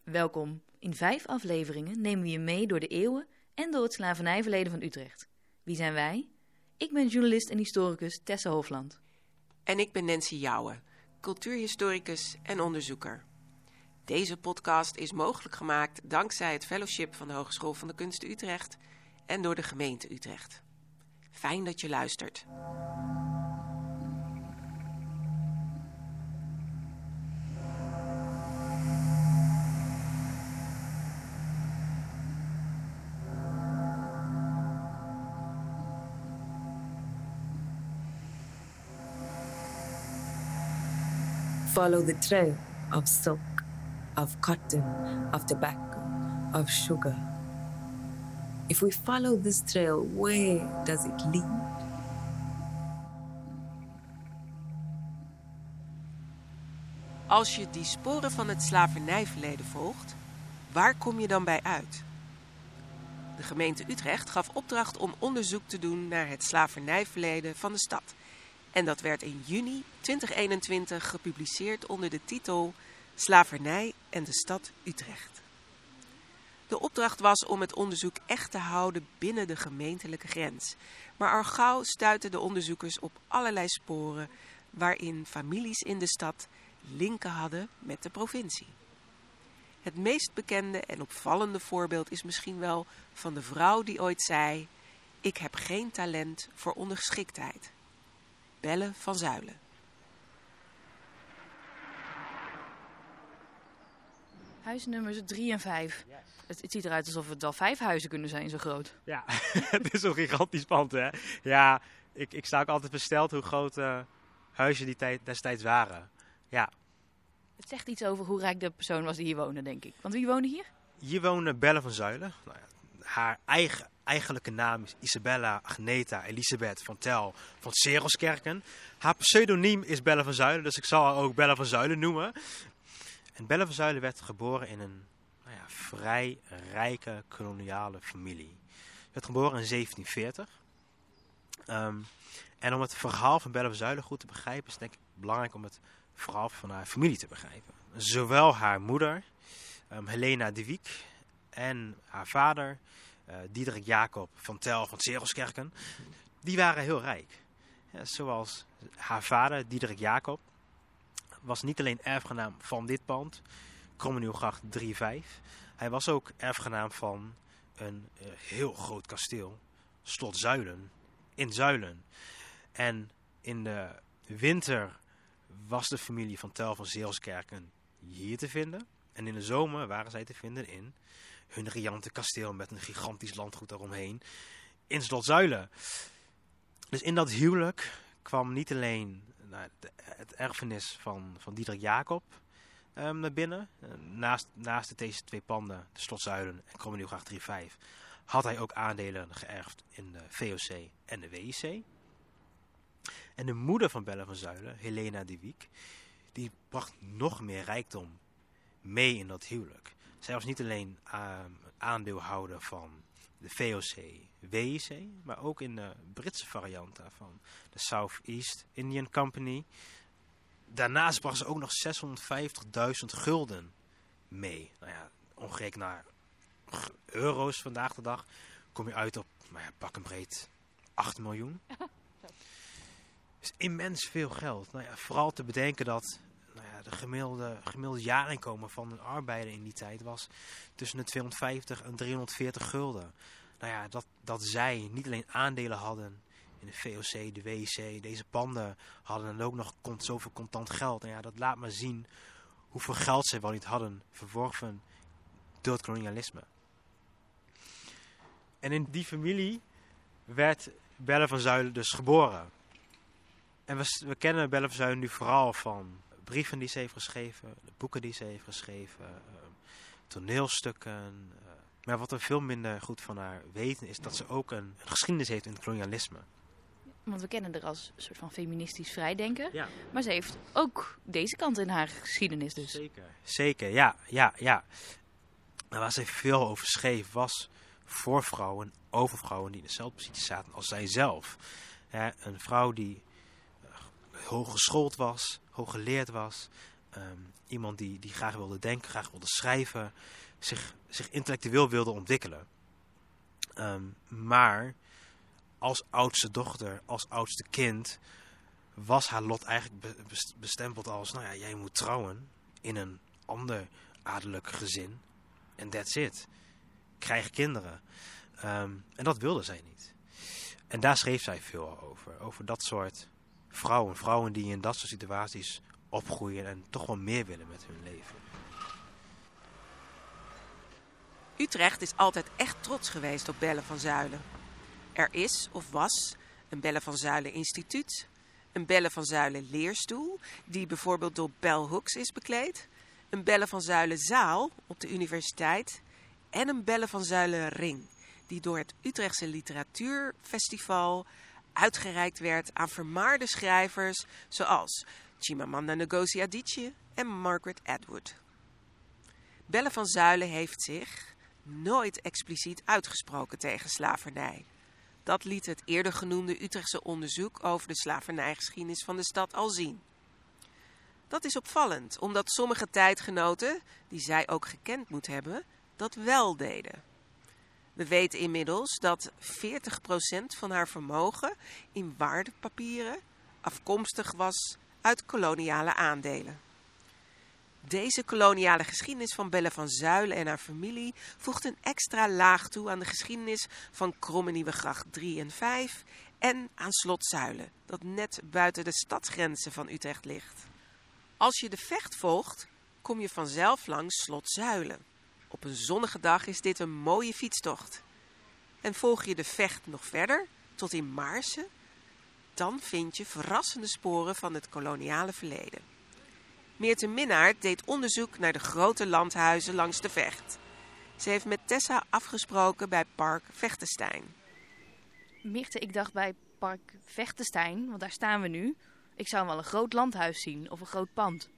Welkom. In 5 afleveringen nemen we je mee door de eeuwen en door het slavernijverleden van Utrecht. Wie zijn wij? Ik ben journalist en historicus Tessa Hofland. En ik ben Nancy Jouwen, cultuurhistoricus en onderzoeker. Deze podcast is mogelijk gemaakt dankzij het fellowship van de Hogeschool van de Kunsten Utrecht en door de gemeente Utrecht. Fijn dat je luistert. Follow the trail of silk, of cotton, of tobacco, of sugar. If we follow this trail, where does it lead? Als je die sporen van het slavernijverleden volgt, waar kom je dan bij uit? De gemeente Utrecht gaf opdracht om onderzoek te doen naar het slavernijverleden van de stad. En dat werd in juni 2021 gepubliceerd onder de titel Slavernij en de stad Utrecht. De opdracht was om het onderzoek echt te houden binnen de gemeentelijke grens. Maar al gauw stuitten de onderzoekers op allerlei sporen waarin families in de stad linken hadden met de provincie. Het meest bekende en opvallende voorbeeld is misschien wel van de vrouw die ooit zei: "Ik heb geen talent voor ondergeschiktheid." Belle van Zuilen. Huisnummers 3 en 5. Het ziet eruit alsof het wel 5 huizen kunnen zijn, zo groot. Ja, het is een gigantisch pand, hè. Ja, ik sta ook altijd versteld hoe groot huizen die destijds waren. Ja. Het zegt iets over hoe rijk de persoon was die hier woonde, denk ik. Want wie woonde hier? Hier woonde Belle van Zuilen. Nou ja, haar eigenlijke naam is Isabella Agneta Elisabeth van Tel van Serelskerken. Haar pseudoniem is Belle van Zuilen, dus ik zal haar ook Belle van Zuilen noemen. En Belle van Zuilen werd geboren in een vrij rijke koloniale familie. Ze werd geboren in 1740. En om het verhaal van Belle van Zuilen goed te begrijpen, is het denk ik belangrijk om het verhaal van haar familie te begrijpen. Zowel haar moeder, Helena de Wiek, en haar vader, Diederik Jacob van Tel van Serelskerken, die waren heel rijk. Ja, zoals haar vader, Diederik Jacob, was niet alleen erfgenaam van dit pand, Krommenieuwgracht 3-5. Hij was ook erfgenaam van een heel groot kasteel, Slot Zuilen, in Zuilen. En in de winter was de familie van Tel van Serelskerken hier te vinden. En in de zomer waren zij te vinden in hun riante kasteel met een gigantisch landgoed daaromheen in Slot Zuilen. Dus in dat huwelijk kwam niet alleen het erfenis van Diederik Jacob naar binnen. Naast deze 2 panden, de Slot Zuilen en Krommenieuwgracht 3-5, had hij ook aandelen geërfd in de VOC en de WIC. En de moeder van Belle van Zuilen, Helena de Wiek, die bracht nog meer rijkdom mee in dat huwelijk. Zij was niet alleen aandeelhouder van de VOC, WIC, maar ook in de Britse variant daarvan, de South East Indian Company. Daarnaast bracht ze ook nog 650.000 gulden mee. Nou ja, omgerekend naar euro's vandaag de dag kom je uit op pak en breed 8 miljoen. Dat is immens veel geld. Nou ja, vooral te bedenken dat de gemiddelde jaarinkomen van een arbeider in die tijd was tussen de 250 en 340 gulden. Nou ja, dat zij niet alleen aandelen hadden in de VOC, de WIC, deze panden hadden dan ook nog zoveel contant geld. Nou ja, dat laat maar zien hoeveel geld zij wel niet hadden verworven door het kolonialisme. En in die familie werd Belle van Zuilen dus geboren. En we kennen Belle van Zuilen nu vooral van brieven die ze heeft geschreven, de boeken die ze heeft geschreven, toneelstukken. Maar wat we veel minder goed van haar weten is dat ze ook een geschiedenis heeft in het kolonialisme. Want we kennen haar als een soort van feministisch vrijdenker. Ja. Maar ze heeft ook deze kant in haar geschiedenis dus. Zeker, ja. Maar waar ze veel over schreef was voor vrouwen, over vrouwen die in dezelfde positie zaten als zij zelf. Een vrouw die hooggeschoold was, hooggeleerd was, Iemand die graag wilde denken, graag wilde schrijven, zich intellectueel wilde ontwikkelen. Maar als oudste dochter, als oudste kind, was haar lot eigenlijk bestempeld als, nou ja, jij moet trouwen in een ander adellijk gezin. En that's it. Krijg kinderen. En dat wilde zij niet. En daar schreef zij veel over. Over dat soort vrouwen. Vrouwen die in dat soort situaties opgroeien en toch wel meer willen met hun leven. Utrecht is altijd echt trots geweest op Belle van Zuylen. Er is, of was, een Belle van Zuylen instituut, een Belle van Zuylen leerstoel, die bijvoorbeeld door Bell Hooks is bekleed, een Belle van Zuylen zaal op de universiteit en een Belle van Zuylen ring, die door het Utrechtse Literatuurfestival uitgereikt werd aan vermaarde schrijvers zoals Chimamanda Ngozi Adichie en Margaret Atwood. Belle van Zuylen heeft zich nooit expliciet uitgesproken tegen slavernij. Dat liet het eerder genoemde Utrechtse onderzoek over de slavernijgeschiedenis van de stad al zien. Dat is opvallend, omdat sommige tijdgenoten, die zij ook gekend moet hebben, dat wel deden. We weten inmiddels dat 40% van haar vermogen in waardepapieren afkomstig was uit koloniale aandelen. Deze koloniale geschiedenis van Belle van Zuylen en haar familie voegt een extra laag toe aan de geschiedenis van Kromme Nieuwegracht 3 en 5 en aan Slot Zuylen, dat net buiten de stadsgrenzen van Utrecht ligt. Als je de Vecht volgt, kom je vanzelf langs Slot Zuylen. Op een zonnige dag is dit een mooie fietstocht. En volg je de Vecht nog verder, tot in Maarsen, dan vind je verrassende sporen van het koloniale verleden. Meerte Minnaert deed onderzoek naar de grote landhuizen langs de Vecht. Ze heeft met Tessa afgesproken bij Park Vechtestein. Meerte, ik dacht bij Park Vechtestein, want daar staan we nu. Ik zou wel een groot landhuis zien of een groot pand.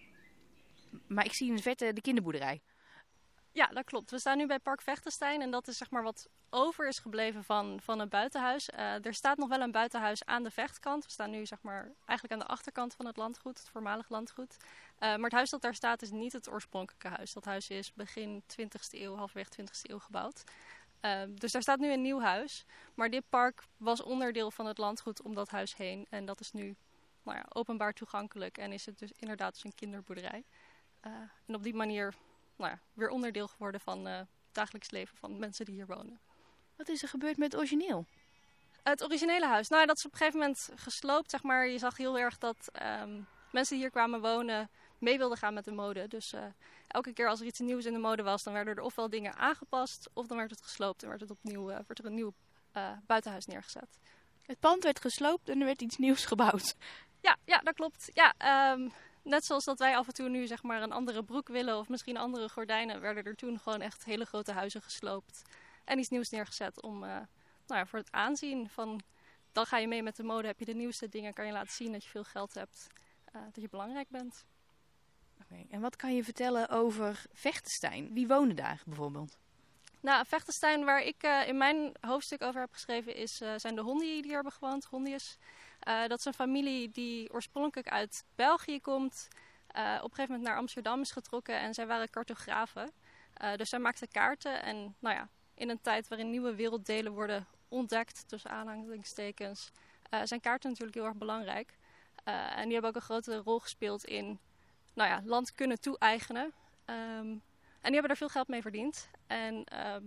Maar ik zie in de verte de kinderboerderij. Ja, dat klopt. We staan nu bij Park Vechtestein en dat is zeg maar wat over is gebleven van het buitenhuis. Er staat nog wel een buitenhuis aan de Vechtkant. We staan nu zeg maar eigenlijk aan de achterkant van het landgoed, het voormalig landgoed. Maar het huis dat daar staat is niet het oorspronkelijke huis. Dat huis is begin 20e eeuw, halfweg 20e eeuw gebouwd. Dus daar staat nu een nieuw huis. Maar dit park was onderdeel van het landgoed om dat huis heen. En dat is nu openbaar toegankelijk en is het dus inderdaad dus een kinderboerderij. En op die manier weer onderdeel geworden van het dagelijks leven van mensen die hier wonen. Wat is er gebeurd met het origineel? Het originele huis, dat is op een gegeven moment gesloopt. Zeg maar. Je zag heel erg dat mensen die hier kwamen wonen mee wilden gaan met de mode. Dus elke keer als er iets nieuws in de mode was, dan werden er ofwel dingen aangepast, of dan werd het gesloopt en werd er een nieuw buitenhuis neergezet. Het pand werd gesloopt en er werd iets nieuws gebouwd. Ja, dat klopt. Ja, net zoals dat wij af en toe nu zeg maar een andere broek willen of misschien andere gordijnen, werden er toen gewoon echt hele grote huizen gesloopt en iets nieuws neergezet om voor het aanzien van, dan ga je mee met de mode, heb je de nieuwste dingen, kan je laten zien dat je veel geld hebt, dat je belangrijk bent. Okay. En wat kan je vertellen over Vechtestein? Wie woonde daar bijvoorbeeld? Vechtestein, waar ik in mijn hoofdstuk over heb geschreven, zijn de Hondi die hier hebben gewoond, Hondiërs. Dat is een familie die oorspronkelijk uit België komt, op een gegeven moment naar Amsterdam is getrokken en zij waren cartografen. Dus zij maakten kaarten en in een tijd waarin nieuwe werelddelen worden ontdekt, tussen aanhalingstekens, zijn kaarten natuurlijk heel erg belangrijk. En die hebben ook een grote rol gespeeld in land kunnen toe-eigenen. En die hebben er veel geld mee verdiend. En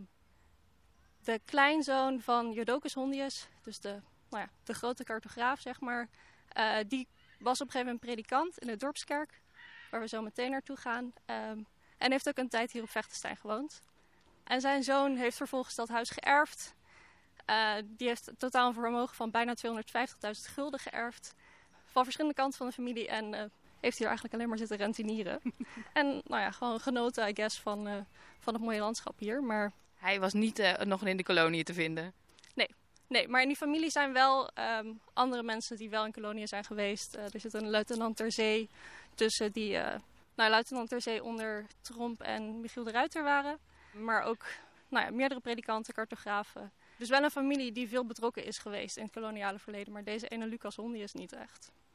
de kleinzoon van Jodocus Hondius, dus de grote cartograaf, zeg maar, die was op een gegeven moment predikant in de dorpskerk, waar we zo meteen naartoe gaan. En heeft ook een tijd hier op Vechtestein gewoond. En zijn zoon heeft vervolgens dat huis geërfd. Die heeft totaal een vermogen van bijna 250.000 gulden geërfd. Van verschillende kanten van de familie en heeft hier eigenlijk alleen maar zitten rentenieren. En gewoon genoten, I guess, van het mooie landschap hier. Maar hij was niet nog in de koloniën te vinden? Nee, maar in die familie zijn wel andere mensen die wel in koloniën zijn geweest. Er zit een luitenant ter zee tussen die luitenant ter zee onder Tromp en Michiel de Ruiter waren. Maar ook meerdere predikanten, cartografen. Dus wel een familie die veel betrokken is geweest in het koloniale verleden. Maar deze ene Lucas Hondius niet echt.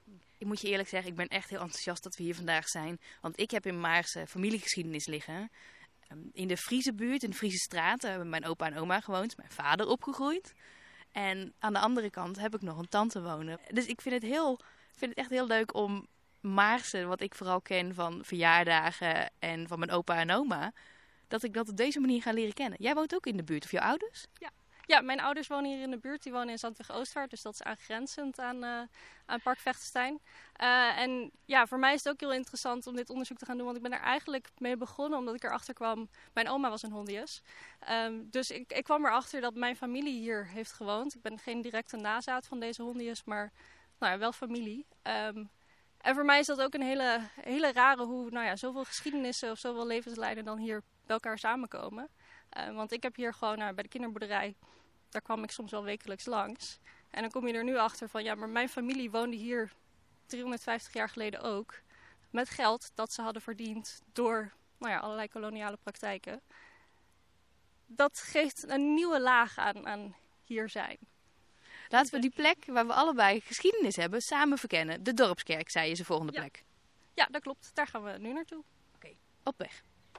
Ik moet je eerlijk zeggen, ik ben echt heel enthousiast dat we hier vandaag zijn. Want ik heb in Maarsen familiegeschiedenis liggen. In de Friese buurt, in de Friese straat, hebben mijn opa en oma gewoond. Mijn vader opgegroeid. En aan de andere kant heb ik nog een tante wonen. Dus ik vind het echt heel leuk om Maarsen, wat ik vooral ken van verjaardagen en van mijn opa en oma, dat ik dat op deze manier ga leren kennen. Jij woont ook in de buurt, of jouw ouders? Ja, mijn ouders wonen hier in de buurt. Die wonen in Zandweg-Oostvaart, dus dat is aangrenzend aan Park Vechtestein. En ja, voor mij is het ook heel interessant om dit onderzoek te gaan doen, want ik ben er eigenlijk mee begonnen omdat ik erachter kwam. Mijn oma was een Hondius. Dus ik kwam erachter dat mijn familie hier heeft gewoond. Ik ben geen directe nazaat van deze Hondius, maar nou ja, wel familie. En voor mij is dat ook een hele rare hoe zoveel geschiedenissen of zoveel levenslijnen dan hier bij elkaar samenkomen. Want ik heb hier gewoon bij de kinderboerderij, daar kwam ik soms wel wekelijks langs. En dan kom je er nu achter van, ja, maar mijn familie woonde hier 350 jaar geleden ook. Met geld dat ze hadden verdiend door allerlei koloniale praktijken. Dat geeft een nieuwe laag aan hier zijn. Laten we die plek waar we allebei geschiedenis hebben samen verkennen. De Dorpskerk, zei je, is de volgende plek. Ja, dat klopt. Daar gaan we nu naartoe. Oké, op weg.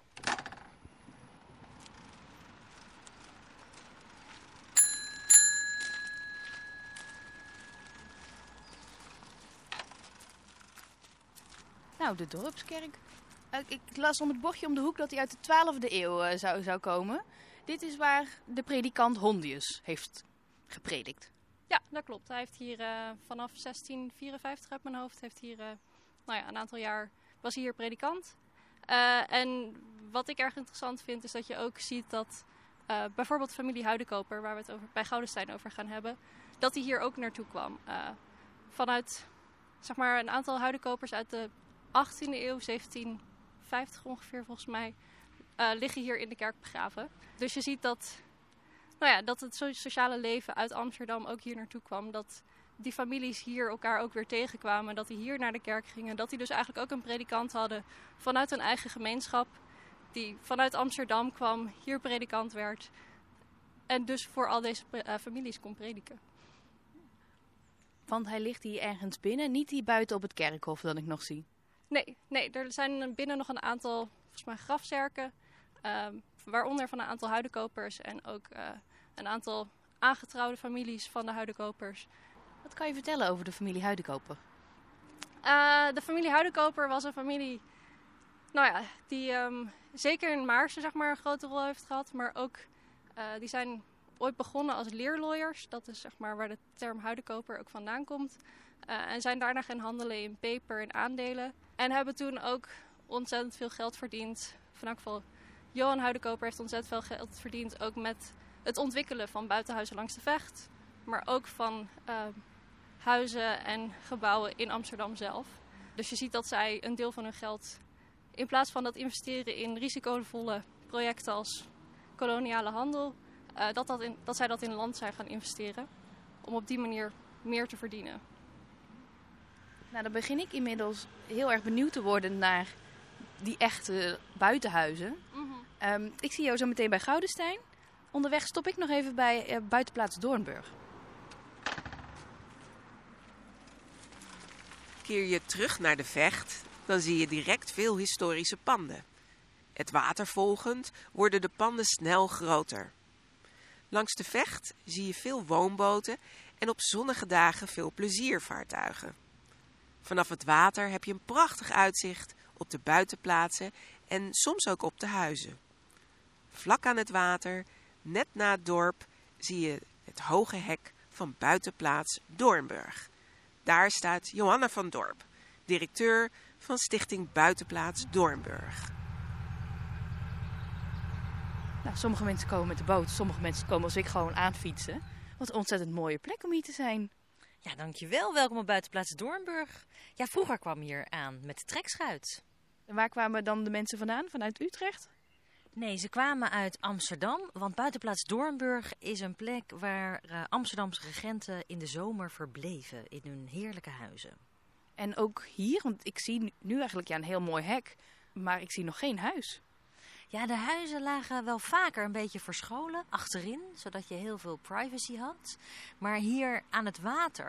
Nou, de Dorpskerk. Ik las om het bochtje om de hoek dat hij uit de 12e eeuw zou komen. Dit is waar de predikant Hondius heeft gepredikt. Ja, dat klopt. Hij heeft hier vanaf 1654 uit mijn hoofd, heeft hier een aantal jaar was hij hier predikant. En wat ik erg interessant vind is dat je ook ziet dat bijvoorbeeld familie Huidekoper, waar we het over, bij Goudenstein over gaan hebben, dat hij hier ook naartoe kwam. Vanuit zeg maar een aantal Huidekopers uit de 18e eeuw, 1750 ongeveer volgens mij, liggen hier in de kerk begraven. Dus je ziet dat dat het sociale leven uit Amsterdam ook hier naartoe kwam. Dat die families hier elkaar ook weer tegenkwamen. Dat die hier naar de kerk gingen. Dat die dus eigenlijk ook een predikant hadden vanuit hun eigen gemeenschap. Die vanuit Amsterdam kwam, hier predikant werd. En dus voor al deze families kon prediken. Want hij ligt hier ergens binnen, niet hier buiten op het kerkhof dat ik nog zie. Nee, er zijn binnen nog een aantal, volgens mij, grafzerken. Waaronder van een aantal Huidekopers en ook een aantal aangetrouwde families van de Huidekopers. Wat kan je vertellen over de familie Huidekoper? De familie Huidekoper was een familie die zeker in Maarsen zeg maar, een grote rol heeft gehad. Maar ook, die zijn ooit begonnen als leerlooiers. Dat is zeg maar, waar de term Huidekoper ook vandaan komt. En zijn daarna gaan handelen in peper en aandelen. En hebben toen ook ontzettend veel geld verdiend. Van elk geval, Johan Huidekoper heeft ontzettend veel geld verdiend. Ook met het ontwikkelen van buitenhuizen langs de Vecht. Maar ook van huizen en gebouwen in Amsterdam zelf. Dus je ziet dat zij een deel van hun geld, in plaats van dat investeren in risicovolle projecten als koloniale handel, dat zij dat in land zijn gaan investeren. Om op die manier meer te verdienen. Nou, dan begin ik inmiddels heel erg benieuwd te worden naar die echte buitenhuizen. Mm-hmm. Ik zie jou zo meteen bij Goudenstein. Onderweg stop ik nog even bij buitenplaats Doornburg. Keer je terug naar de Vecht, dan zie je direct veel historische panden. Het water volgend worden de panden snel groter. Langs de Vecht zie je veel woonboten en op zonnige dagen veel pleziervaartuigen. Vanaf het water heb je een prachtig uitzicht op de buitenplaatsen en soms ook op de huizen. Vlak aan het water, net na het dorp, zie je het hoge hek van buitenplaats Doornburg. Daar staat Johanna van Dorp, directeur van Stichting Buitenplaats Doornburg. Nou, sommige mensen komen met de boot, sommige mensen komen als ik gewoon aanfietsen. Wat een ontzettend mooie plek om hier te zijn. Ja, dankjewel. Welkom op buitenplaats Doornburg. Ja, vroeger kwam hier aan met de trekschuit. En waar kwamen dan de mensen vandaan? Vanuit Utrecht? Nee, ze kwamen uit Amsterdam, want buitenplaats Doornburg is een plek waar Amsterdamse regenten in de zomer verbleven in hun heerlijke huizen. En ook hier, want ik zie nu eigenlijk een heel mooi hek, maar ik zie nog geen huis. Ja, de huizen lagen wel vaker een beetje verscholen achterin, zodat je heel veel privacy had. Maar hier aan het water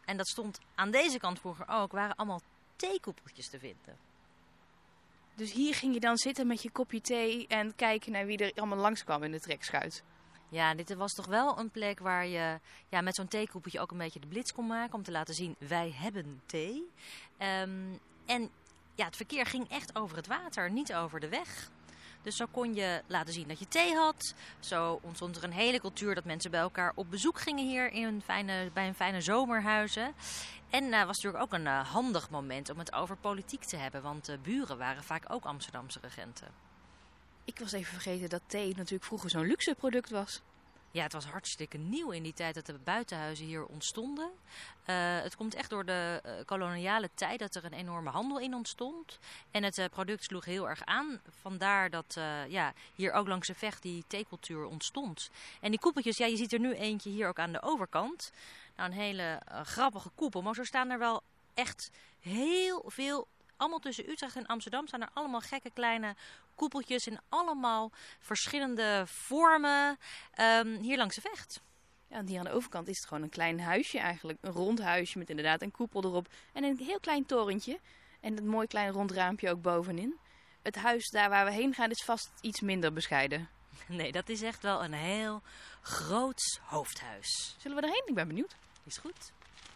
en dat stond aan deze kant vroeger ook, waren allemaal theekoepeltjes te vinden. Dus hier ging je dan zitten met je kopje thee en kijken naar wie er allemaal langskwam in de trekschuit. Ja, dit was toch wel een plek waar je met zo'n theekoepeltje ook een beetje de blitz kon maken. Om te laten zien, wij hebben thee. En het verkeer ging echt over het water, niet over de weg. Dus zo kon je laten zien dat je thee had. Zo ontstond er een hele cultuur dat mensen bij elkaar op bezoek gingen hier bij een fijne zomerhuizen. En was natuurlijk ook een handig moment om het over politiek te hebben. Want de buren waren vaak ook Amsterdamse regenten. Ik was even vergeten dat thee natuurlijk vroeger zo'n luxe product was. Ja, het was hartstikke nieuw in die tijd dat de buitenhuizen hier ontstonden. Het komt echt door de koloniale tijd dat er een enorme handel in ontstond. En het product sloeg heel erg aan. Vandaar dat hier ook langs de Vecht die theecultuur ontstond. En die koepeltjes, je ziet er nu eentje hier ook aan de overkant. Nou, een hele grappige koepel. Maar zo staan er wel echt heel veel. Allemaal tussen Utrecht en Amsterdam staan er allemaal gekke kleine koepeltjes in allemaal verschillende vormen hier langs de Vecht. Ja, en hier aan de overkant is het gewoon een klein huisje eigenlijk. Een rond huisje met inderdaad een koepel erop. En een heel klein torentje. En een mooi klein rond raampje ook bovenin. Het huis daar waar we heen gaan is vast iets minder bescheiden. Nee, dat is echt wel een heel groots hoofdhuis. Zullen we erheen? Ik ben benieuwd. Is goed.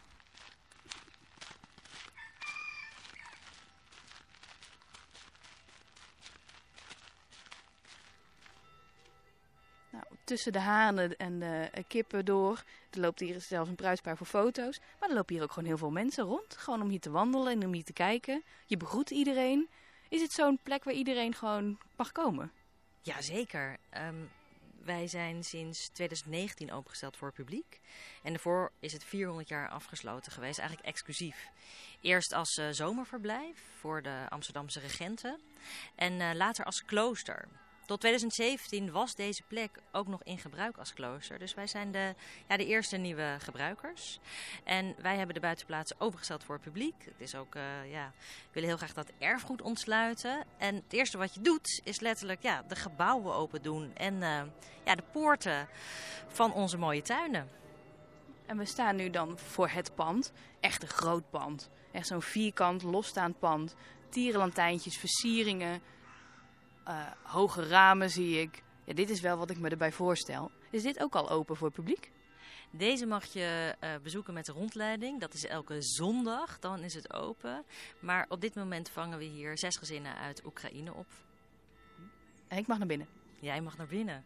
Nou, tussen de hanen en de kippen door. Er loopt hier zelfs een bruidspaar voor foto's. Maar er lopen hier ook gewoon heel veel mensen rond. Gewoon om hier te wandelen en om hier te kijken. Je begroet iedereen. Is het zo'n plek waar iedereen gewoon mag komen? Jazeker. Wij zijn sinds 2019 opengesteld voor het publiek. En daarvoor is het 400 jaar afgesloten geweest, eigenlijk exclusief. Eerst als zomerverblijf voor de Amsterdamse regenten en later als klooster. Tot 2017 was deze plek ook nog in gebruik als klooster. Dus wij zijn de eerste nieuwe gebruikers. En wij hebben de buitenplaatsen opengesteld voor het publiek. Het is ook, we willen heel graag dat erfgoed ontsluiten. En het eerste wat je doet is letterlijk de gebouwen open doen. En de poorten van onze mooie tuinen. En we staan nu dan voor het pand. Echt een groot pand. Echt zo'n vierkant, losstaand pand. Tierenlantijntjes, versieringen. Hoge ramen zie ik. Ja, dit is wel wat ik me erbij voorstel. Is dit ook al open voor het publiek? Deze mag je bezoeken met de rondleiding. Dat is elke zondag, dan is het open. Maar op dit moment vangen we hier 6 gezinnen uit Oekraïne op. En ik mag naar binnen. Jij mag naar binnen.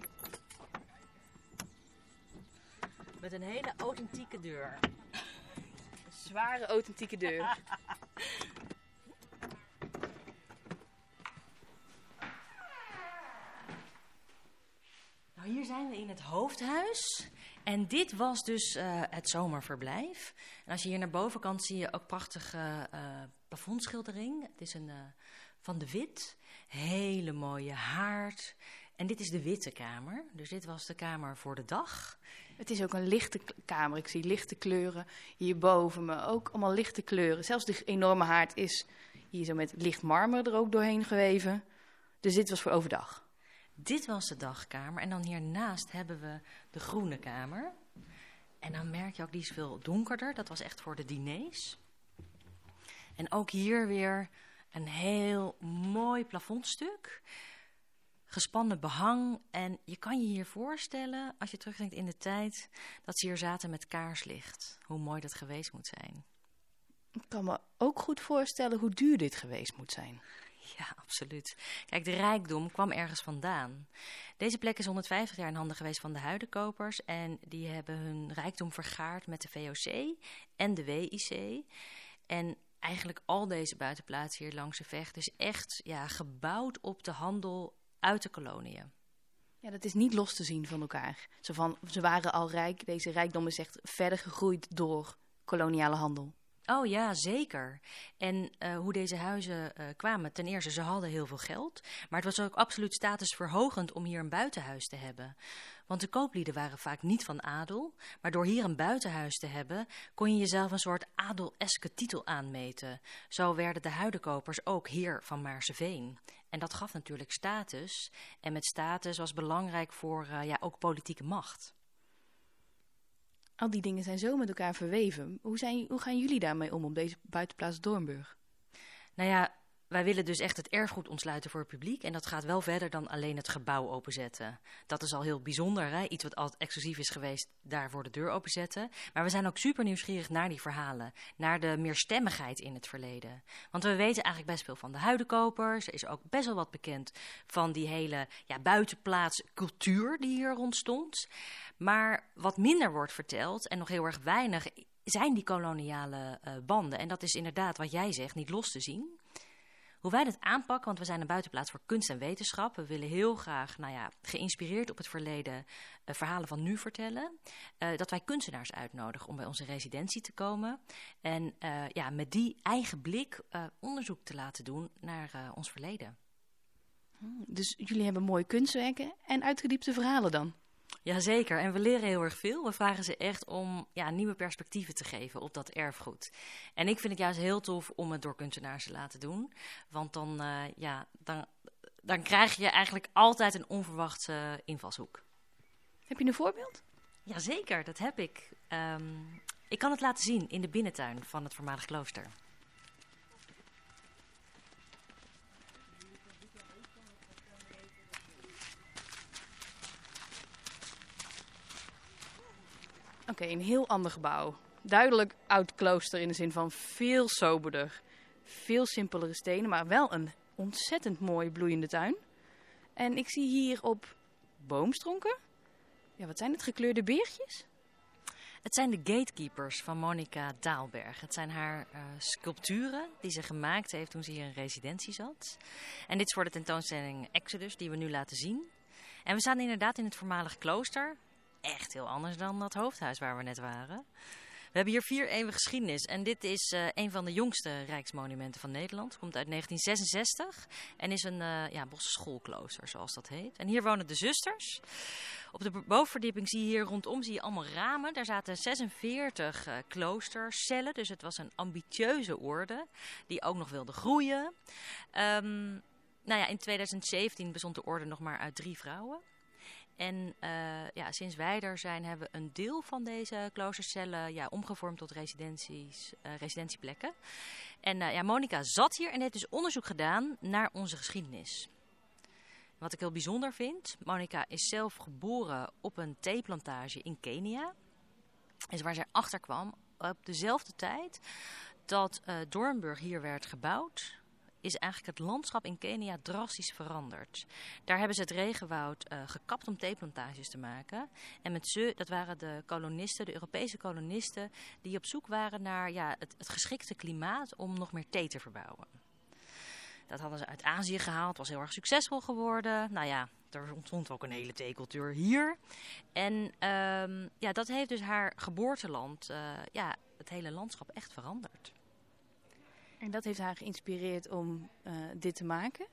Met een hele authentieke deur. Een zware, authentieke deur. Nou, hier zijn we in het hoofdhuis. En dit was dus het zomerverblijf. En als je hier naar boven kan, zie je ook prachtige plafondschildering. Het is van de Wit. Hele mooie haard. En dit is de witte kamer. Dus dit was de kamer voor de dag. Het is ook een lichte kamer. Ik zie lichte kleuren hierboven, maar ook allemaal lichte kleuren. Zelfs de enorme haard is hier zo met licht marmer er ook doorheen geweven. Dus dit was voor overdag. Dit was de dagkamer. En dan hiernaast hebben we de groene kamer. En dan merk je ook, die is veel donkerder. Dat was echt voor de diners. En ook hier weer een heel mooi plafondstuk. Gespannen behang. En je kan je hier voorstellen, als je terugdenkt in de tijd, dat ze hier zaten met kaarslicht. Hoe mooi dat geweest moet zijn. Ik kan me ook goed voorstellen hoe duur dit geweest moet zijn. Ja, absoluut. Kijk, de rijkdom kwam ergens vandaan. Deze plek is 150 jaar in handen geweest van de huidenkopers. En die hebben hun rijkdom vergaard met de VOC en de WIC. En eigenlijk al deze buitenplaatsen hier langs de Vecht is echt gebouwd op de handel uit de koloniën. Ja, dat is niet los te zien van elkaar. Ze waren al rijk. Deze rijkdom is echt verder gegroeid door koloniale handel. Oh ja, zeker. En hoe deze huizen kwamen. Ten eerste, ze hadden heel veel geld. Maar het was ook absoluut statusverhogend om hier een buitenhuis te hebben. Want de kooplieden waren vaak niet van adel. Maar door hier een buitenhuis te hebben, kon je jezelf een soort adeleske titel aanmeten. Zo werden de huidenkopers ook heer van Maarseveen. En dat gaf natuurlijk status. En met status was belangrijk voor ook politieke macht. Al die dingen zijn zo met elkaar verweven. Hoe gaan jullie daarmee om op deze buitenplaats Doornburg? Nou ja, wij willen dus echt het erfgoed ontsluiten voor het publiek. En dat gaat wel verder dan alleen het gebouw openzetten. Dat is al heel bijzonder, hè? Iets wat altijd exclusief is geweest, daarvoor de deur openzetten. Maar we zijn ook super nieuwsgierig naar die verhalen. Naar de meerstemmigheid in het verleden. Want we weten eigenlijk best veel van de huidenkopers. Er is ook best wel wat bekend van die hele buitenplaats cultuur die hier rondstond. Maar wat minder wordt verteld en nog heel erg weinig zijn die koloniale banden. En dat is inderdaad wat jij zegt, niet los te zien. Hoe wij dat aanpakken, want we zijn een buitenplaats voor kunst en wetenschap. We willen heel graag, geïnspireerd op het verleden, verhalen van nu vertellen. Dat wij kunstenaars uitnodigen om bij onze residentie te komen. En met die eigen blik onderzoek te laten doen naar ons verleden. Dus jullie hebben mooie kunstwerken en uitgediepte verhalen dan? Jazeker, en we leren heel erg veel. We vragen ze echt om nieuwe perspectieven te geven op dat erfgoed. En ik vind het juist heel tof om het door kunstenaars te laten doen. Want dan krijg je eigenlijk altijd een onverwachte invalshoek. Heb je een voorbeeld? Jazeker, dat heb ik. Ik kan het laten zien in de binnentuin van het voormalig klooster. Oké, een heel ander gebouw. Duidelijk oud klooster in de zin van veel soberder. Veel simpelere stenen, maar wel een ontzettend mooi bloeiende tuin. En ik zie hier op boomstronken. Ja, wat zijn het? Gekleurde beertjes? Het zijn de gatekeepers van Monica Daalberg. Het zijn haar sculpturen die ze gemaakt heeft toen ze hier in residentie zat. En dit is voor de tentoonstelling Exodus die we nu laten zien. En we staan inderdaad in het voormalig klooster. Echt heel anders dan dat hoofdhuis waar we net waren. We hebben hier 4 eeuwen geschiedenis en dit is een van de jongste rijksmonumenten van Nederland. Komt uit 1966 en is een bosschoolklooster zoals dat heet. En hier wonen de zusters. Op de bovenverdieping zie je hier rondom allemaal ramen. Daar zaten 46 kloostercellen, dus het was een ambitieuze orde die ook nog wilde groeien. In 2017 bestond de orde nog maar uit 3 vrouwen. En sinds wij er zijn, hebben we een deel van deze kloostercellen omgevormd tot residentieplekken. En Monica zat hier en heeft dus onderzoek gedaan naar onze geschiedenis. Wat ik heel bijzonder vind, Monica is zelf geboren op een theeplantage in Kenia. En waar zij achter kwam, op dezelfde tijd dat Doornburg hier werd gebouwd, is eigenlijk het landschap in Kenia drastisch veranderd. Daar hebben ze het regenwoud gekapt om theeplantages te maken. En dat waren de kolonisten, de Europese kolonisten, die op zoek waren naar het geschikte klimaat om nog meer thee te verbouwen. Dat hadden ze uit Azië gehaald, was heel erg succesvol geworden. Er ontstond ook een hele theecultuur hier. En dat heeft dus haar geboorteland, het hele landschap echt veranderd. En dat heeft haar geïnspireerd om dit te maken?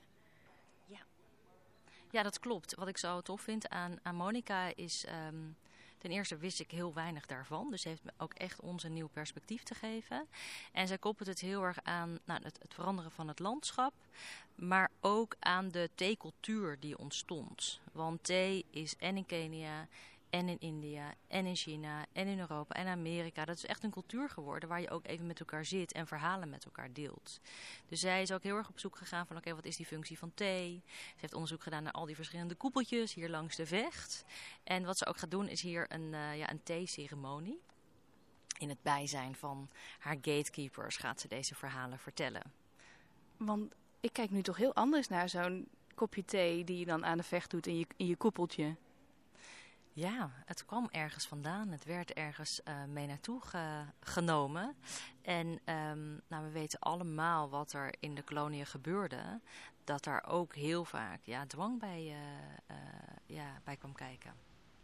Ja, dat klopt. Wat ik zo tof vind aan Monica is, ten eerste wist ik heel weinig daarvan. Dus ze heeft me ook echt ons een nieuw perspectief te geven. En zij koppelt het heel erg aan het veranderen van het landschap. Maar ook aan de theecultuur die ontstond. Want thee is en in Kenia en in India, en in China, en in Europa, en Amerika. Dat is echt een cultuur geworden waar je ook even met elkaar zit en verhalen met elkaar deelt. Dus zij is ook heel erg op zoek gegaan van wat is die functie van thee? Ze heeft onderzoek gedaan naar al die verschillende koepeltjes hier langs de Vecht. En wat ze ook gaat doen is hier een theeceremonie. In het bijzijn van haar gatekeepers gaat ze deze verhalen vertellen. Want ik kijk nu toch heel anders naar zo'n kopje thee die je dan aan de Vecht doet in je koepeltje. Ja, het kwam ergens vandaan. Het werd ergens mee naartoe genomen. En we weten allemaal wat er in de koloniën gebeurde. Dat daar ook heel vaak dwang bij kwam kijken.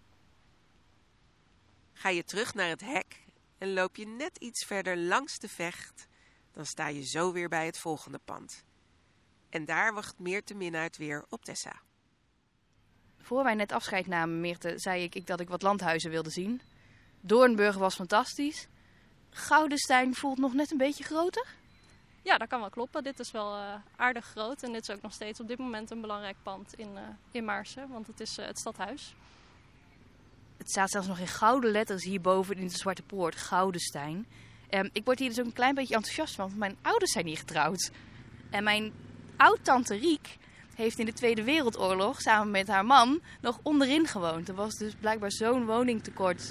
Ga je terug naar het hek en loop je net iets verder langs de Vecht, dan sta je zo weer bij het volgende pand. En daar wacht Meerte Minnaert weer op Tessa. Voor wij net afscheid namen, Meerte, zei ik dat ik wat landhuizen wilde zien. Doornburg was fantastisch. Goudenstein voelt nog net een beetje groter. Ja, dat kan wel kloppen. Dit is wel aardig groot. En dit is ook nog steeds op dit moment een belangrijk pand in Maarsen. Want het is het stadhuis. Het staat zelfs nog in gouden letters hierboven in de Zwarte Poort, Goudenstein. Ik word hier dus ook een klein beetje enthousiast van, want mijn ouders zijn hier getrouwd. En mijn oud-tante Riek heeft in de Tweede Wereldoorlog samen met haar man nog onderin gewoond. Er was dus blijkbaar zo'n woningtekort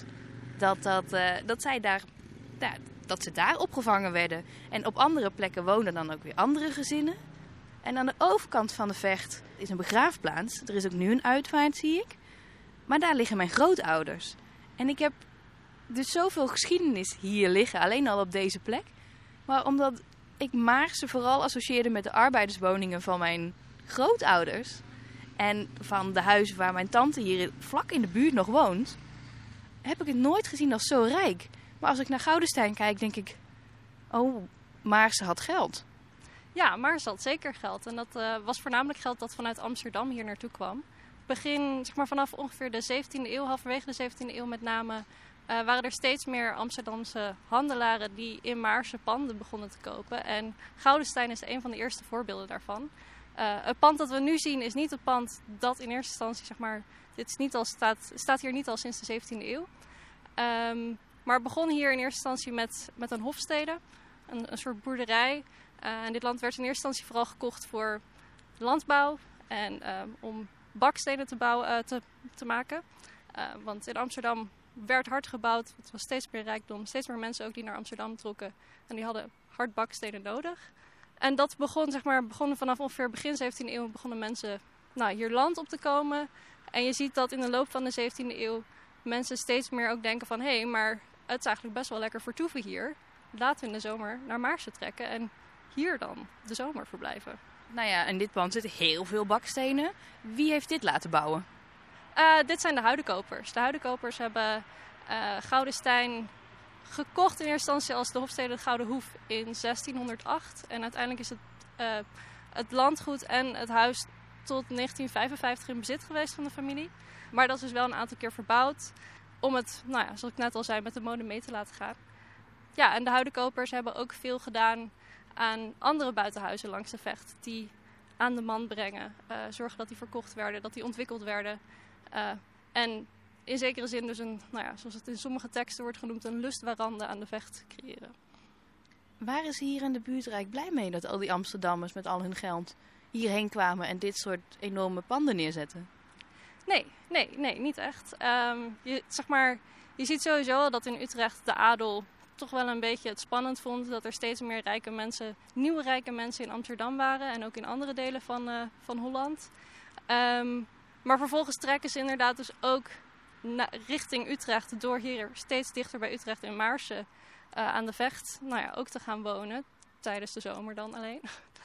dat ze daar opgevangen werden. En op andere plekken woonden dan ook weer andere gezinnen. En aan de overkant van de Vecht is een begraafplaats. Er is ook nu een uitvaart, zie ik. Maar daar liggen mijn grootouders. En ik heb dus zoveel geschiedenis hier liggen, alleen al op deze plek. Maar omdat ik Maarsen vooral associeerde met de arbeiderswoningen van mijn grootouders. En van de huizen waar mijn tante hier vlak in de buurt nog woont, heb ik het nooit gezien als zo rijk. Maar als ik naar Goudenstein kijk, denk ik, oh, Maarsen had geld. Ja, Maarsen had zeker geld. En dat was voornamelijk geld dat vanuit Amsterdam hier naartoe kwam. Vanaf ongeveer de 17e eeuw, halverwege de 17e eeuw met name, waren er steeds meer Amsterdamse handelaren die in Maarsen panden begonnen te kopen. En Goudenstein is een van de eerste voorbeelden daarvan. Het pand dat we nu zien is niet het pand dat in eerste instantie, staat hier niet al sinds de 17e eeuw. Maar het begon hier in eerste instantie met een hofstede, een soort boerderij. En dit land werd in eerste instantie vooral gekocht voor landbouw en om bakstenen te maken. Want in Amsterdam werd hard gebouwd. Het was steeds meer rijkdom. Steeds meer mensen ook die naar Amsterdam trokken. En die hadden hard bakstenen nodig. En dat begon vanaf ongeveer begin 17e eeuw. Begonnen mensen hier land op te komen. En je ziet dat in de loop van de 17e eeuw mensen steeds meer ook denken van, hé, maar het is eigenlijk best wel lekker vertoeven hier. Laten we in de zomer naar Maarsen trekken en hier dan de zomer verblijven. Nou ja, in dit pand zitten heel veel bakstenen. Wie heeft dit laten bouwen? Dit zijn de Huidekopers. De Huidekopers hebben Goudenstein gekocht in eerste instantie als de hofstede de Gouden Hoef in 1608. En uiteindelijk is het landgoed en het huis tot 1955 in bezit geweest van de familie. Maar dat is dus wel een aantal keer verbouwd om het, zoals ik net al zei, met de mode mee te laten gaan. Ja, en de Huidekopers hebben ook veel gedaan aan andere buitenhuizen langs de Vecht die aan de man brengen. Zorgen dat die verkocht werden, dat die ontwikkeld werden. En in zekere zin dus zoals het in sommige teksten wordt genoemd, een lustwarande aan de Vecht creëren. Waren ze hier in de buurt rijk blij mee dat al die Amsterdammers met al hun geld hierheen kwamen en dit soort enorme panden neerzetten? Nee, niet echt. Je ziet sowieso al dat in Utrecht de adel toch wel een beetje het spannend vond dat er steeds meer nieuwe rijke mensen in Amsterdam waren en ook in andere delen van Holland. Maar vervolgens trekken ze inderdaad dus ook richting Utrecht door hier steeds dichter bij Utrecht in Maarsen aan de Vecht ook te gaan wonen. Tijdens de zomer dan alleen.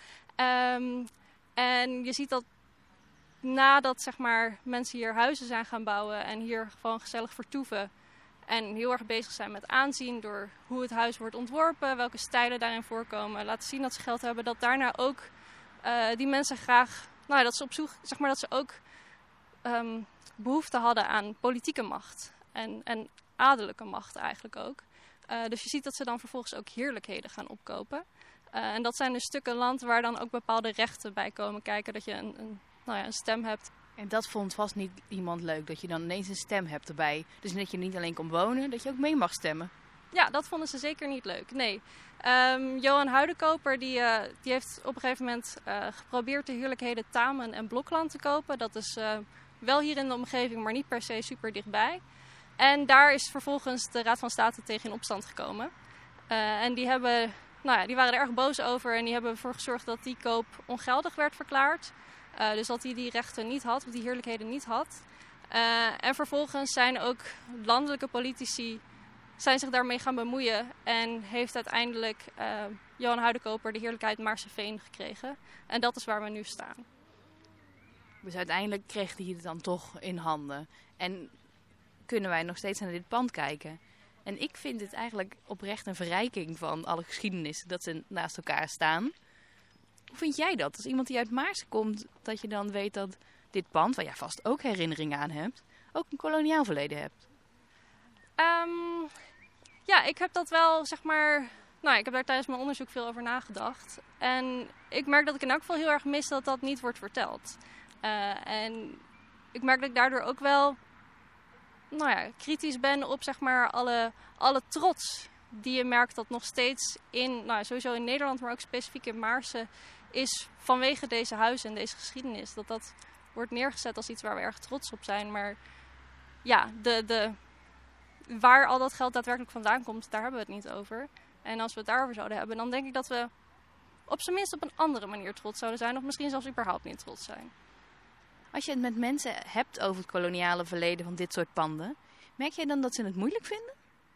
En je ziet dat nadat mensen hier huizen zijn gaan bouwen en hier gewoon gezellig vertoeven en heel erg bezig zijn met aanzien door hoe het huis wordt ontworpen, welke stijlen daarin voorkomen, laten zien dat ze geld hebben, dat daarna ook die mensen graag, dat ze op zoek, dat ze ook behoefte hadden aan politieke macht en adellijke macht eigenlijk ook. Dus je ziet dat ze dan vervolgens ook heerlijkheden gaan opkopen. En dat zijn dus stukken land waar dan ook bepaalde rechten bij komen kijken, dat je een stem hebt. En dat vond vast niet iemand leuk, dat je dan ineens een stem hebt erbij. Dus dat je niet alleen komt wonen, dat je ook mee mag stemmen. Ja, dat vonden ze zeker niet leuk, nee. Johan Huidekoper die heeft op een gegeven moment geprobeerd de heerlijkheden Tamen en Blokland te kopen. Dat is wel hier in de omgeving, maar niet per se super dichtbij. En daar is vervolgens de Raad van State tegen in opstand gekomen. En die waren er erg boos over en die hebben ervoor gezorgd dat die koop ongeldig werd verklaard. Dus dat hij die rechten niet had, of die heerlijkheden niet had. En vervolgens zijn ook landelijke politici zich daarmee gaan bemoeien. En heeft uiteindelijk Johan Huidekoper de heerlijkheid Maarseveen gekregen. En dat is waar we nu staan. Dus uiteindelijk kreeg hij het dan toch in handen. En kunnen wij nog steeds naar dit pand kijken. En ik vind het eigenlijk oprecht een verrijking van alle geschiedenissen dat ze naast elkaar staan. Hoe vind jij dat? Als iemand die uit Maarsen komt, dat je dan weet dat dit pand, waar jij vast ook herinneringen aan hebt, ook een koloniaal verleden hebt? Ja, ik heb dat wel, ik heb daar tijdens mijn onderzoek veel over nagedacht. En ik merk dat ik in elk geval heel erg mis dat dat niet wordt verteld. En ik merk dat ik daardoor ook wel kritisch ben op zeg maar alle trots die je merkt dat nog steeds sowieso in Nederland, maar ook specifiek in Maarssen, is vanwege deze huizen en deze geschiedenis. Dat wordt neergezet als iets waar we erg trots op zijn. Maar ja, waar al dat geld daadwerkelijk vandaan komt, daar hebben we het niet over. En als we het daarover zouden hebben, dan denk ik dat we op zijn minst op een andere manier trots zouden zijn. Of misschien zelfs überhaupt niet trots zijn. Als je het met mensen hebt over het koloniale verleden van dit soort panden, merk jij dan dat ze het moeilijk vinden?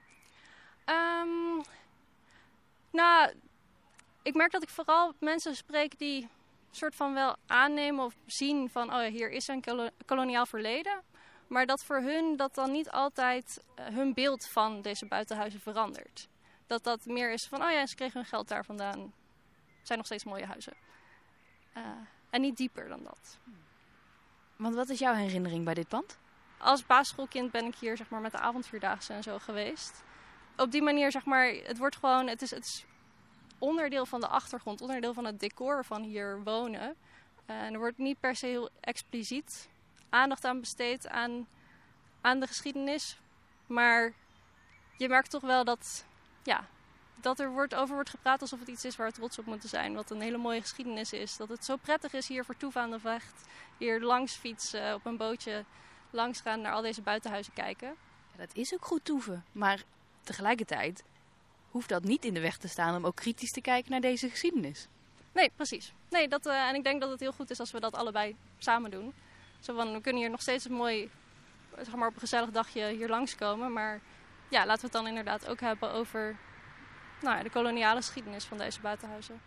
Ik merk dat ik vooral mensen spreek die soort van wel aannemen of zien van, hier is een koloniaal verleden. Maar dat voor hun dat dan niet altijd hun beeld van deze buitenhuizen verandert. Dat meer is van, ze kregen hun geld daar vandaan. Het zijn nog steeds mooie huizen. En niet dieper dan dat. Want wat is jouw herinnering bij dit pand? Als basisschoolkind ben ik hier zeg maar, met de avondvierdaagse en zo geweest. Op die manier, zeg maar, het is onderdeel van de achtergrond, onderdeel van het decor van hier wonen. En er wordt niet per se heel expliciet aandacht aan besteed aan de geschiedenis. Maar je merkt toch wel dat er over wordt gepraat alsof het iets is waar we trots op moeten zijn. Wat een hele mooie geschiedenis is. Dat het zo prettig is hier voor Toeven aan de Vecht. Hier langs fietsen, op een bootje langs gaan, naar al deze buitenhuizen kijken. Ja, dat is ook goed Toeven. Maar tegelijkertijd hoeft dat niet in de weg te staan om ook kritisch te kijken naar deze geschiedenis. Nee, precies. Nee, en ik denk dat het heel goed is als we dat allebei samen doen. Zo van, we kunnen hier nog steeds mooi, zeg maar op een gezellig dagje hier langskomen. Maar ja, laten we het dan inderdaad ook hebben over de koloniale geschiedenis van deze buitenhuizen.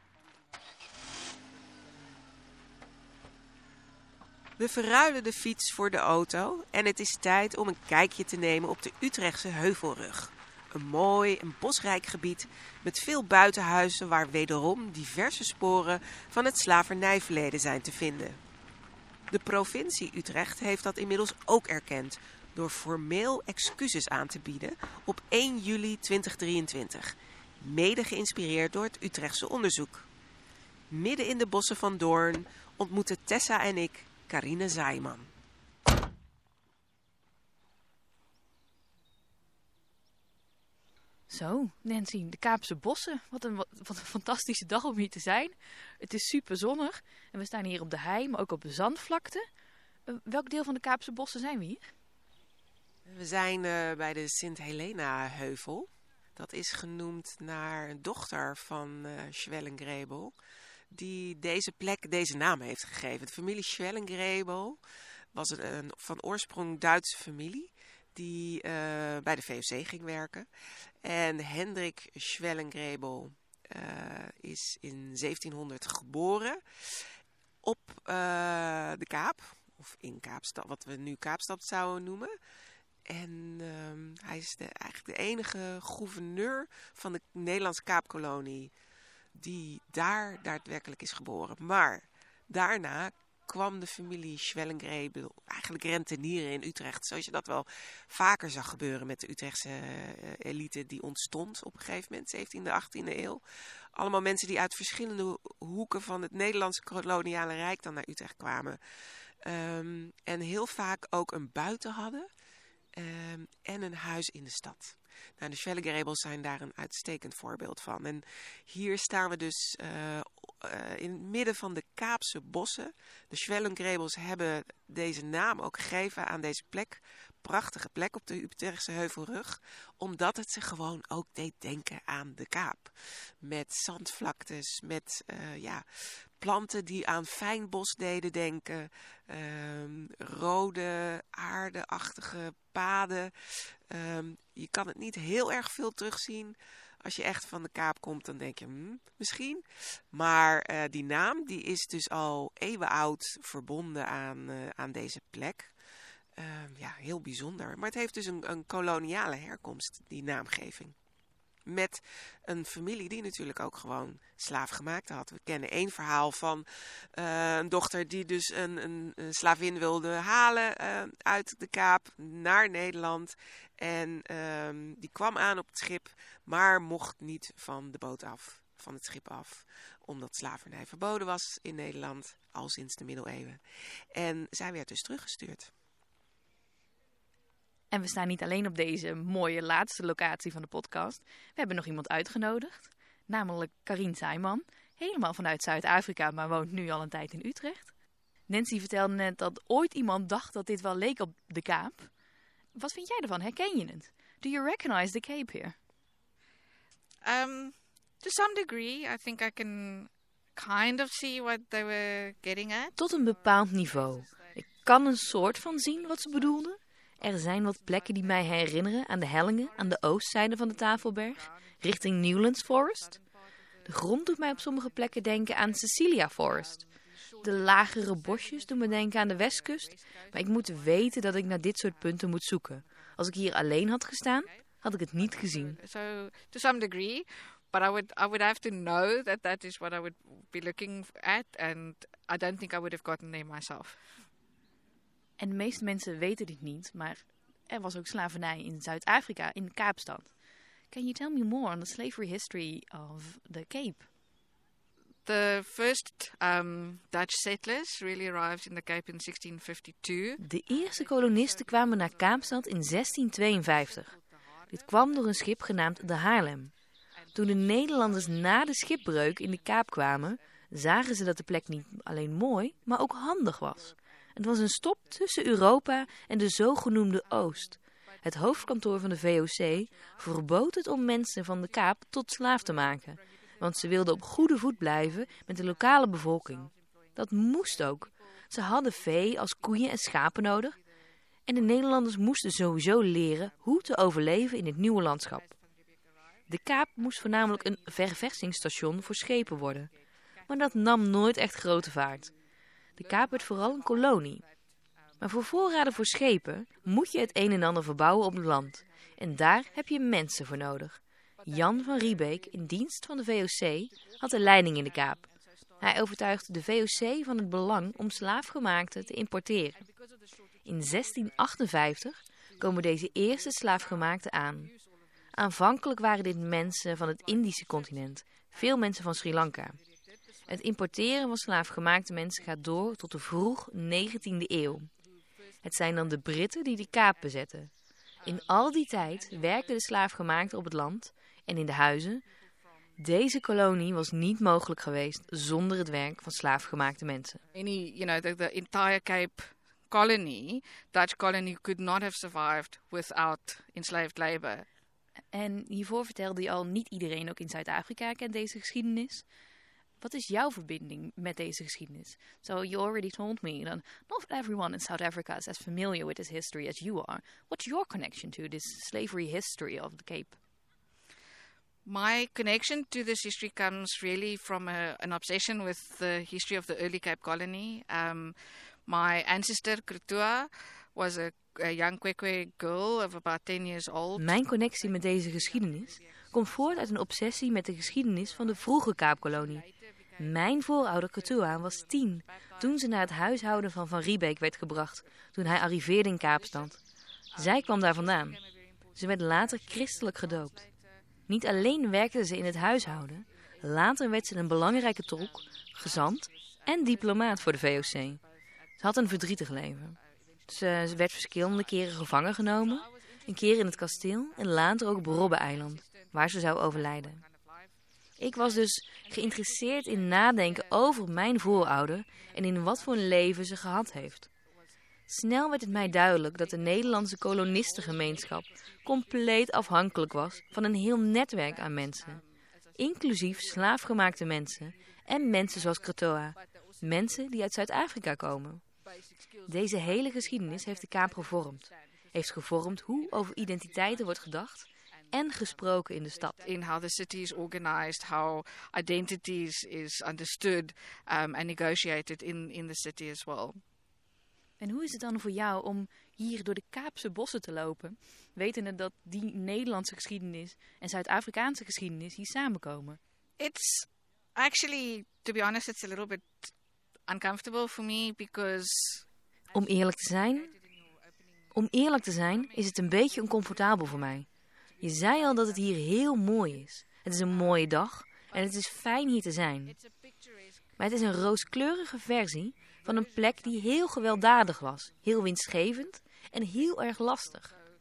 We verruilen de fiets voor de auto en het is tijd om een kijkje te nemen op de Utrechtse Heuvelrug. Een mooi en bosrijk gebied met veel buitenhuizen waar wederom diverse sporen van het slavernijverleden zijn te vinden. De provincie Utrecht heeft dat inmiddels ook erkend door formeel excuses aan te bieden op 1 juli 2023. Mede geïnspireerd door het Utrechtse onderzoek. Midden in de bossen van Doorn ontmoeten Tessa en ik Carine Zaaiman. Zo, Nancy, de Kaapse bossen. Wat een fantastische dag om hier te zijn. Het is super zonnig en we staan hier op de hei, maar ook op de zandvlakte. Welk deel van de Kaapse bossen zijn we hier? We zijn bij de Sint-Helena-heuvel. Dat is genoemd naar een dochter van Schwellengrebel, die deze plek deze naam heeft gegeven. De familie Schwellengrebel was een van oorsprong Duitse familie die bij de VOC ging werken. En Hendrik Schwellengrebel is in 1700 geboren op de Kaap, of in Kaapstad, wat we nu Kaapstad zouden noemen. En hij is eigenlijk de enige gouverneur van de Nederlandse Kaapkolonie die daar daadwerkelijk is geboren. Maar daarna kwam de familie Schwellengrebel eigenlijk rentenieren in Utrecht. Zoals je dat wel vaker zag gebeuren met de Utrechtse elite die ontstond op een gegeven moment, 17e, 18e eeuw. Allemaal mensen die uit verschillende hoeken van het Nederlandse koloniale rijk dan naar Utrecht kwamen. En heel vaak ook een buiten hadden. En een huis in de stad. Nou, de Schwellengrebels zijn daar een uitstekend voorbeeld van. En hier staan we dus in het midden van de Kaapse bossen. De Schwellengrebels hebben deze naam ook gegeven aan deze plek. Prachtige plek op de Utrechtse Heuvelrug. Omdat het ze gewoon ook deed denken aan de Kaap. Met zandvlaktes, met planten die aan fijnbos deden denken. Rode, aardeachtige paden. Je kan het niet heel erg veel terugzien. Als je echt van de Kaap komt, dan denk je, misschien. Maar die naam die is dus al eeuwenoud verbonden aan deze plek. Heel bijzonder. Maar het heeft dus een koloniale herkomst, die naamgeving. Met een familie die natuurlijk ook gewoon slaafgemaakte had. We kennen één verhaal van een dochter die dus een slavin wilde halen uit de Kaap naar Nederland. En die kwam aan op het schip, maar mocht niet van de boot af, van het schip af. Omdat slavernij verboden was in Nederland, al sinds de middeleeuwen. En zij werd dus teruggestuurd. En we staan niet alleen op deze mooie laatste locatie van de podcast. We hebben nog iemand uitgenodigd, namelijk Karin Saiman. Helemaal vanuit Zuid-Afrika, maar woont nu al een tijd in Utrecht. Nancy vertelde net dat ooit iemand dacht dat dit wel leek op de Kaap. Wat vind jij ervan? Herken je het? Do you recognize the Cape here? To some degree, I think I can kind of see what they were getting at. Tot een bepaald niveau. Ik kan een soort van zien wat ze bedoelden. Er zijn wat plekken die mij herinneren aan de hellingen aan de oostzijde van de Tafelberg, richting Newlands Forest. De grond doet mij op sommige plekken denken aan Cecilia Forest. De lagere bosjes doen me denken aan de westkust, maar ik moet weten dat ik naar dit soort punten moet zoeken. Als ik hier alleen had gestaan, had ik het niet gezien. So to some degree, but I would have to know that is what I would be looking at, and I don't think I would have gotten there myself. En de meeste mensen weten dit niet, maar er was ook slavernij in Zuid-Afrika, in Kaapstad. Can you tell me more on the slavery history of the Cape? The first Dutch settlers really arrived in the Cape in 1652. De eerste kolonisten kwamen naar Kaapstad in 1652. Dit kwam door een schip genaamd de Haarlem. Toen de Nederlanders na de schipbreuk in de Kaap kwamen, zagen ze dat de plek niet alleen mooi, maar ook handig was. Het was een stop tussen Europa en de zogenoemde Oost. Het hoofdkantoor van de VOC verbood het om mensen van de Kaap tot slaaf te maken, want ze wilden op goede voet blijven met de lokale bevolking. Dat moest ook. Ze hadden vee als koeien en schapen nodig en de Nederlanders moesten sowieso leren hoe te overleven in het nieuwe landschap. De Kaap moest voornamelijk een verversingsstation voor schepen worden, maar dat nam nooit echt grote vaart. De Kaap werd vooral een kolonie. Maar voor voorraden voor schepen moet je het een en ander verbouwen op het land. En daar heb je mensen voor nodig. Jan van Riebeek, in dienst van de VOC, had de leiding in de Kaap. Hij overtuigde de VOC van het belang om slaafgemaakten te importeren. In 1658 komen deze eerste slaafgemaakten aan. Aanvankelijk waren dit mensen van het Indische continent, veel mensen van Sri Lanka. Het importeren van slaafgemaakte mensen gaat door tot de vroeg 19e eeuw. Het zijn dan de Britten die de Kaap bezetten. In al die tijd werkten de slaafgemaakten op het land en in de huizen. Deze kolonie was niet mogelijk geweest zonder het werk van slaafgemaakte mensen. The entire Cape colony, Dutch colony, could not have survived without enslaved labor. En hiervoor vertelde je al, niet iedereen ook in Zuid-Afrika kent deze geschiedenis. Wat is jouw verbinding met deze geschiedenis? So you already told me that not everyone in South Africa is as familiar with this history as you are. What's your connection to this slavery history of the Cape? My connection to this history comes really from an obsession with the history of the early Cape colony. My ancestor, Kretua, was a young Kwekwe girl of about 10 years old. Mijn connectie met deze geschiedenis komt voort uit een obsessie met de geschiedenis van de vroege Kaapkolonie. Mijn voorouder Kretua was 10 toen ze naar het huishouden van Van Riebeek werd gebracht, toen hij arriveerde in Kaapstad. Zij kwam daar vandaan. Ze werd later christelijk gedoopt. Niet alleen werkte ze in het huishouden, later werd ze een belangrijke tolk, gezant en diplomaat voor de VOC. Ze had een verdrietig leven. Ze werd verschillende keren gevangen genomen, een keer in het kasteel en later ook op Robben-eiland, waar ze zou overlijden. Ik was dus geïnteresseerd in nadenken over mijn voorouder en in wat voor een leven ze gehad heeft. Snel werd het mij duidelijk dat de Nederlandse kolonistengemeenschap compleet afhankelijk was van een heel netwerk aan mensen. Inclusief slaafgemaakte mensen en mensen zoals Kretua, mensen die uit Zuid-Afrika komen. Deze hele geschiedenis heeft de Kaap gevormd. Heeft gevormd hoe over identiteiten wordt gedacht en gesproken in de stad. In how the city is organized, how identities is understood and negotiated in the city as well. En hoe is het dan voor jou om hier door de Kaapse bossen te lopen, wetende dat die Nederlandse geschiedenis en Zuid-Afrikaanse geschiedenis hier samenkomen? It's actually, to be honest, it's a little bit uncomfortable for me because... Om eerlijk te zijn is het een beetje oncomfortabel voor mij. Je zei al dat het hier heel mooi is. Het is een mooie dag en het is fijn hier te zijn. Maar het is een rooskleurige versie van een plek die heel gewelddadig was, heel winstgevend en heel erg lastig.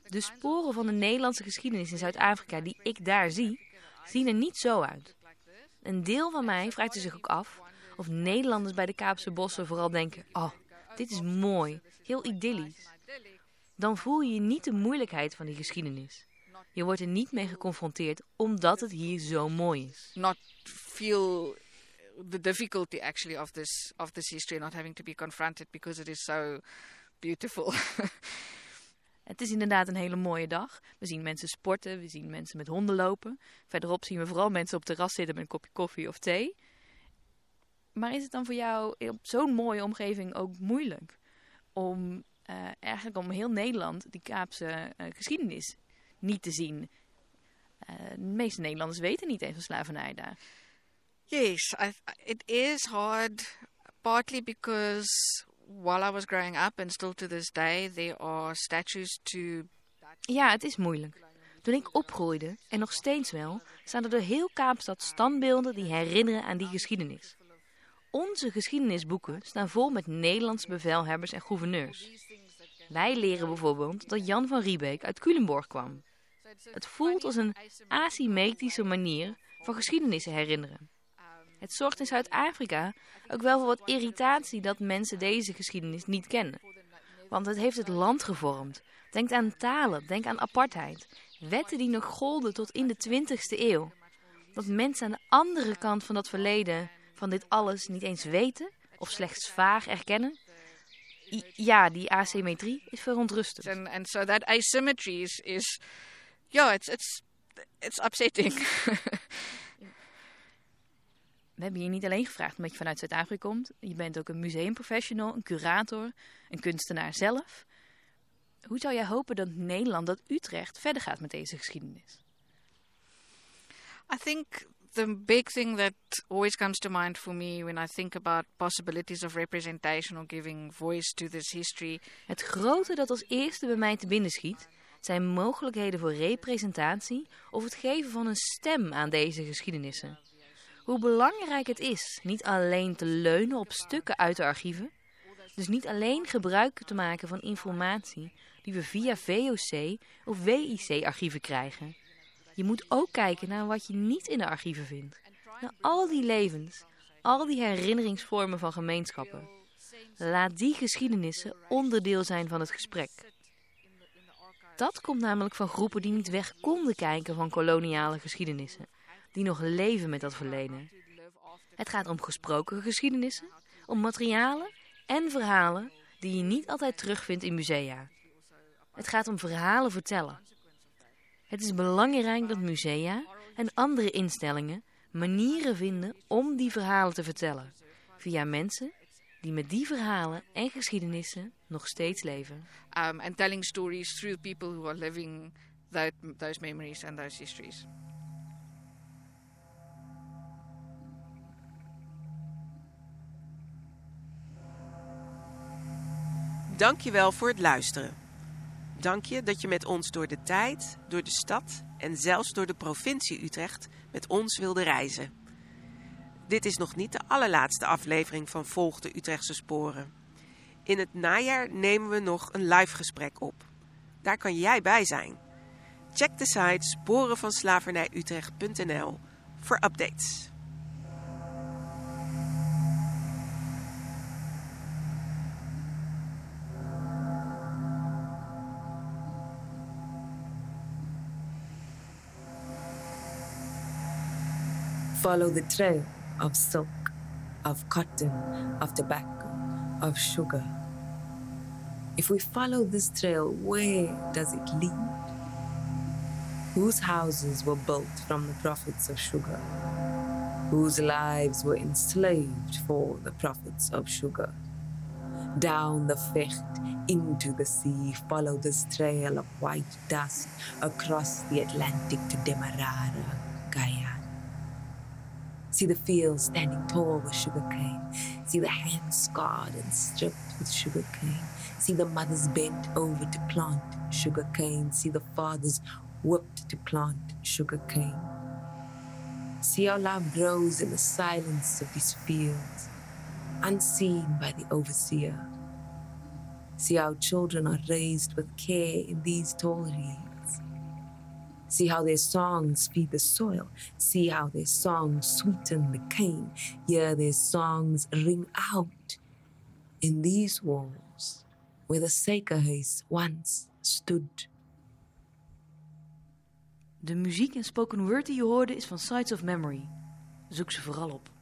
De sporen van de Nederlandse geschiedenis in Zuid-Afrika die ik daar zie, zien er niet zo uit. Een deel van mij vraagt zich ook af of Nederlanders bij de Kaapse bossen vooral denken: oh, dit is mooi, heel idyllisch. Dan voel je niet de moeilijkheid van die geschiedenis. Je wordt er niet mee geconfronteerd omdat het hier zo mooi is. Not feel the difficulty actually of this history, not having to be confronted because it is so beautiful. Het is inderdaad een hele mooie dag. We zien mensen sporten, we zien mensen met honden lopen. Verderop zien we vooral mensen op het terras zitten met een kopje koffie of thee. Maar is het dan voor jou op zo'n mooie omgeving ook moeilijk om eigenlijk om heel Nederland die Kaapse geschiedenis niet te zien? De meeste Nederlanders weten niet eens van slavernij daar. Yes, it is hard, partly because while I was growing up and still to this day, there are statues to... Ja, het is moeilijk. Toen ik opgroeide, en nog steeds wel, staan er door heel Kaapstad standbeelden die herinneren aan die geschiedenis. Onze geschiedenisboeken staan vol met Nederlandse bevelhebbers en gouverneurs. Wij leren bijvoorbeeld dat Jan van Riebeeck uit Culemborg kwam. Het voelt als een asymmetrische manier van geschiedenis herinneren. Het zorgt in Zuid-Afrika ook wel voor wat irritatie dat mensen deze geschiedenis niet kennen. Want het heeft het land gevormd. Denk aan talen, denk aan apartheid. Wetten die nog golden tot in de 20e eeuw. Dat mensen aan de andere kant van dat verleden van dit alles niet eens weten of slechts vaag erkennen. Ja, die asymmetrie is verontrustend. And so that asymmetry is yeah, it's upsetting. We hebben je niet alleen gevraagd omdat je vanuit Zuid-Afrika komt. Je bent ook een museumprofessional, een curator, een kunstenaar zelf. Hoe zou jij hopen dat Nederland, dat Utrecht, verder gaat met deze geschiedenis? I think the big thing that always comes to mind for me when I think about possibilities of representation or giving voice to this history. Het grote dat als eerste bij mij te binnen schiet, zijn mogelijkheden voor representatie of het geven van een stem aan deze geschiedenissen. Hoe belangrijk het is niet alleen te leunen op stukken uit de archieven, dus niet alleen gebruik te maken van informatie die we via VOC of WIC-archieven krijgen. Je moet ook kijken naar wat je niet in de archieven vindt. Naar al die levens, al die herinneringsvormen van gemeenschappen. Laat die geschiedenissen onderdeel zijn van het gesprek. Dat komt namelijk van groepen die niet weg konden kijken van koloniale geschiedenissen. Die nog leven met dat verleden. Het gaat om gesproken geschiedenissen, om materialen en verhalen die je niet altijd terugvindt in musea. Het gaat om verhalen vertellen. Het is belangrijk dat musea en andere instellingen manieren vinden om die verhalen te vertellen. Via mensen die met die verhalen en geschiedenissen nog steeds leven. And telling stories through people who are living those memories and those histories. Dank je wel voor het luisteren. Dank je dat je met ons door de tijd, door de stad en zelfs door de provincie Utrecht met ons wilde reizen. Dit is nog niet de allerlaatste aflevering van Volg de Utrechtse Sporen. In het najaar nemen we nog een live gesprek op. Daar kan jij bij zijn. Check de site sporenvanslavernijuutrecht.nl voor updates. Follow the trail of silk, of cotton, of tobacco, of sugar. If we follow this trail, where does it lead? Whose houses were built from the profits of sugar? Whose lives were enslaved for the profits of sugar? Down the Vecht, into the sea, follow this trail of white dust across the Atlantic to Demerara, Guyana. See the fields standing tall with sugarcane. See the hands scarred and stripped with sugarcane. See the mothers bent over to plant sugarcane. See the fathers whipped to plant sugarcane. See how love grows in the silence of these fields, unseen by the overseer. See how children are raised with care in these tall reeds. See how their songs feed the soil. See how their songs sweeten the cane. Hear their songs ring out in these walls where the Suikerhuis once stood. De muziek en spoken word die je hoorde is van Sides of Memory. Zoek ze vooral op.